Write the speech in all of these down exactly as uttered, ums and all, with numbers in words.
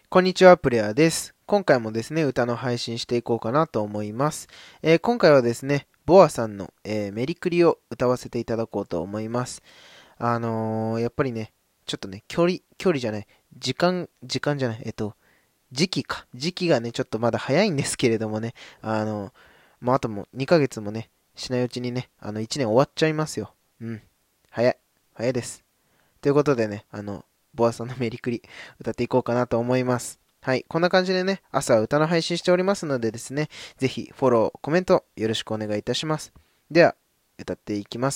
こんにちは、プレイヤーです。今回もですね、歌の配信していこうかなと思います。えー今回はですね、ボアさんの、えーメリクリを歌わせていただこうと思います。あのーやっぱりね、ちょっとね、距離、距離じゃない、時間、時間じゃない、えっと、時期か。時期がね、ちょっとまだ早いんですけれどもね、あのーもうあともうにかげつもね、しないうちにね、あのいちねん終わっちゃいますよ。うん。早い。早いです。ということでね、あの、ボアさんのメリクリ歌っていこうかなと思います。はい。こんな感じでね、朝は歌の配信しておりますのでですね、ぜひフォロー、コメントよろしくお願いいたします。では、歌っていきます。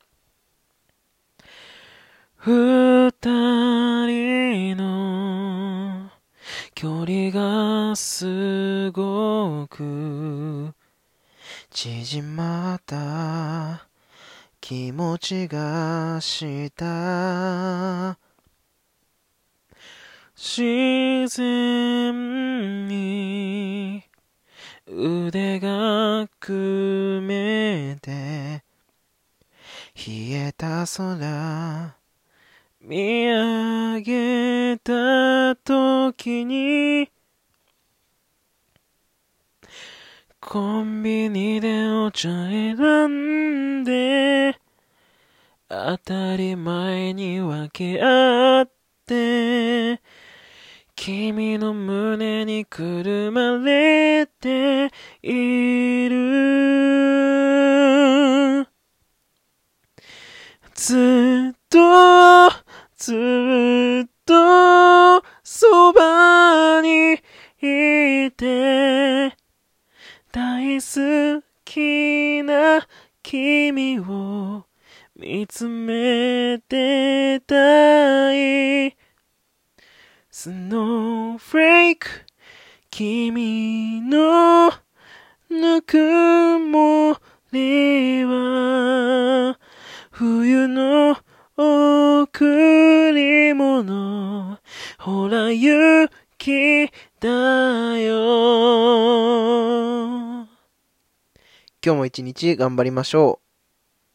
二人の距離がすごく縮まった気持ちがした自然に腕が組めて冷えた空見上げた時にコンビニでお茶選んで当たり前に分け合って君の胸にくるまれているずっとずっとそばにいて大好きな君を見つめてたいスノーフレーク君のぬくもりは冬の贈り物ほら雪だよ今日も一日頑張りましょう。